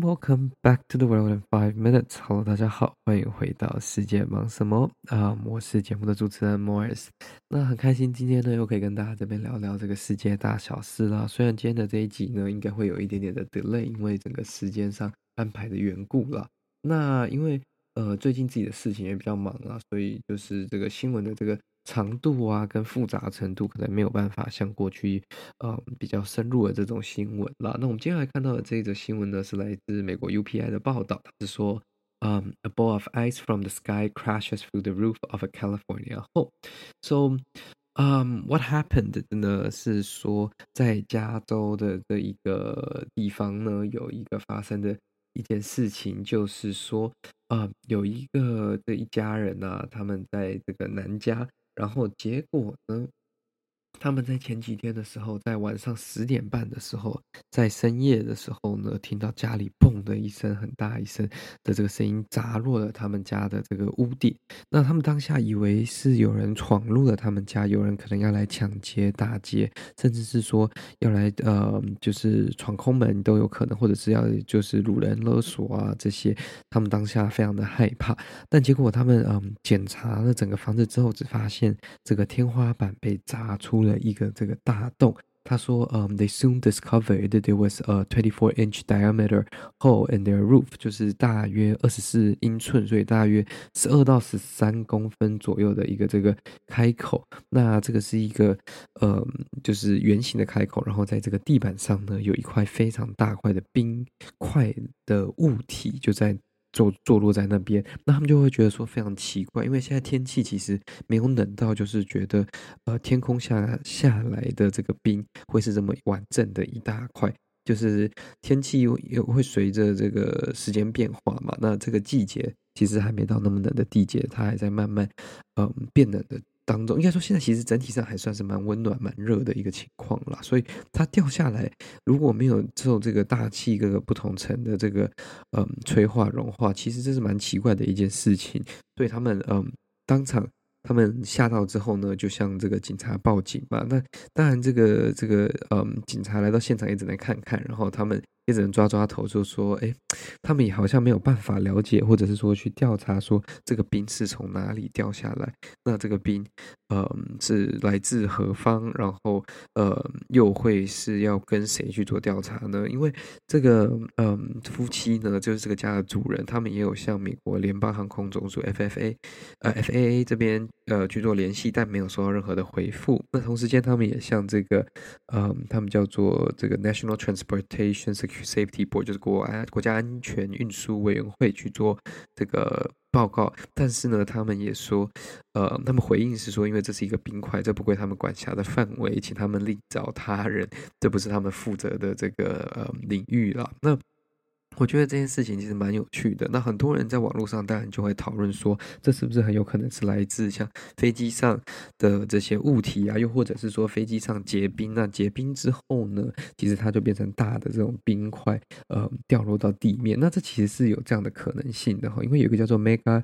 Welcome back to the world in 5 minutes. Hello， 大家好，欢迎回到世界忙什么我是节目的主持人 Morris。那很开心今天呢又可以跟大家这边聊聊这个世界大小事啦。虽然今天的这一集呢应该会有一点点的 delay，因为整个时间上安排的缘故啦。那因为最近自己的事情也比较忙啦，所以就是这个新闻的这个长度啊跟复杂程度可能没有办法像过去比较深入的这种新闻啦。那我们接下来看到的这一则新闻呢是来自美国 UPI 的报道，它是说a ball of ice from the sky crashes through the roof of a California home. So what happened 呢？是说在加州的这一个地方呢，有一个发生的一件事情，就是说，有这一家人啊，他们在这个南加，然后结果呢，他们在前几天的时候，在晚上10点半的时候，在深夜的时候呢，听到家里砰的一声很大一声的这个声音砸落了他们家的这个屋顶。那他们当下以为是有人闯入了他们家，有人可能要来抢劫、打劫，甚至是说要来就是闯空门都有可能，或者是要就是掳人勒索啊这些。他们当下非常的害怕，但结果他们检查了整个房子之后，只发现这个天花板被砸出了一个这个大洞。他说they soon discovered that there was a 24-inch diameter hole in their roof， 就是大约24英寸，所以大约12到13公分左右的一个这个开口。那这个是一个就是圆形的开口，然后在这个地板上呢，有一块非常大块的冰块的物体就在坐落在那边。那他们就会觉得说非常奇怪，因为现在天气其实没有冷到就是觉得天空下来的这个冰会是这么完整的一大块，就是天气也会随着这个时间变化嘛。那这个季节其实还没到那么冷的季节，它还在慢慢变冷的当中。应该说现在其实整体上还算是蛮温暖蛮热的一个情况啦，所以它掉下来如果没有受这个大气各个不同层的这个催化融化，其实这是蛮奇怪的一件事情。所以他们当场他们吓到之后呢，就向这个警察报警嘛。那当然这个警察来到现场也只能看看，然后他们也只能抓抓头，就说他们也好像没有办法了解，或者是说去调查说这个冰是从哪里掉下来，那这个冰是来自何方，然后又会是要跟谁去做调查呢？因为这个夫妻呢，就是这个家的主人，他们也有向美国联邦航空总署 FAA 这边去做联系，但没有收到任何的回复。那同时间他们也向这个他们叫做这个 National Transportation Safety Board， 就是国家安全运输委员会去做这个报告。但是呢，他们也说他们回应是说，因为这是一个冰块，这不归他们管辖的范围，请他们另找他人，这不是他们负责的这个领域啦。那我觉得这件事情其实蛮有趣的。那很多人在网络上当然就会讨论说，这是不是很有可能是来自像飞机上的这些物体啊，又或者是说飞机上结冰，那结冰之后呢，其实它就变成大的这种冰块掉落到地面。那这其实是有这样的可能性的，因为有一个叫做 Mega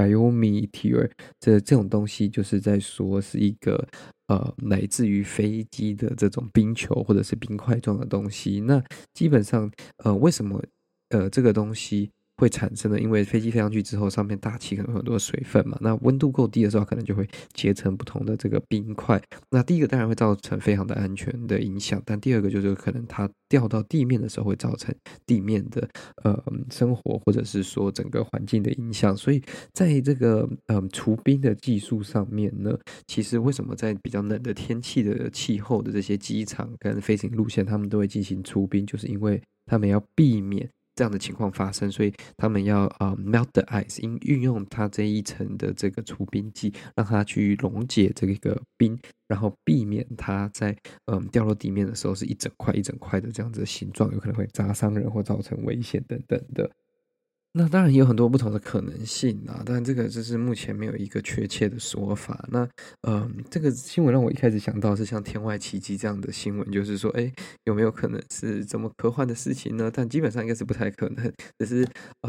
Cryometeor 这种东西，就是在说是一个来自于飞机的这种冰球或者是冰块状的东西。那基本上为什么这个东西会产生的？因为飞机飞上去之后，上面大气可能有很多水分嘛，那温度够低的时候，可能就会结成不同的这个冰块。那第一个当然会造成非常的安全的影响，但第二个就是可能它掉到地面的时候，会造成地面的生活或者是说整个环境的影响。所以在这个除冰的技术上面呢，其实为什么在比较冷的天气的气候的这些机场跟飞行路线，他们都会进行除冰，就是因为他们要避免这样的情况发生，所以他们要melt the ice， 运用它这一层的这个除冰剂，让它去溶解这个冰，然后避免它在掉落地面的时候是一整块一整块的这样子的形状，有可能会砸伤人或造成危险等等的。那当然也有很多不同的可能性啊，但这个就是目前没有一个确切的说法。那这个新闻让我一开始想到是像天外奇迹这样的新闻，就是说有没有可能是这么科幻的事情呢？但基本上应该是不太可能。只是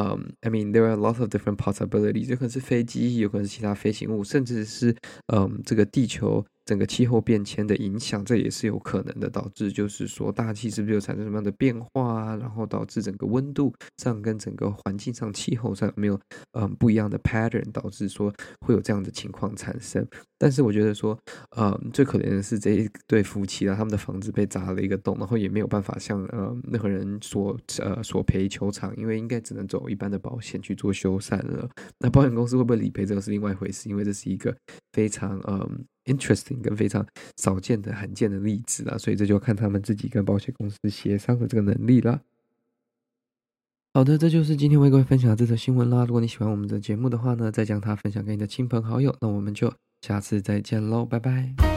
I mean there are a lot of different possibilities， 有可能是飞机，有可能是其他飞行物，甚至是这个地球整个气候变迁的影响，这也是有可能的，导致就是说大气是不是有产生什么样的变化啊，然后导致整个温度上跟整个环境上气候上有没有不一样的 pattern，导致说会有这样的情况产生。但是我觉得说，最可怜的是这一对夫妻啊，他们的房子被砸了一个洞，然后也没有办法向任何人索赔求偿，因为应该只能走一般的保险去做修缮了。那保险公司会不会理赔，这个是另外一回事，因为这是一个非常interesting 跟非常少见的罕见的例子啦，所以这就看他们自己跟保险公司协商的这个能力啦。好的，这就是今天为各位分享的这则新闻啦。如果你喜欢我们的节目的话呢，再将它分享给你的亲朋好友，那我们就下次再见喽，拜拜。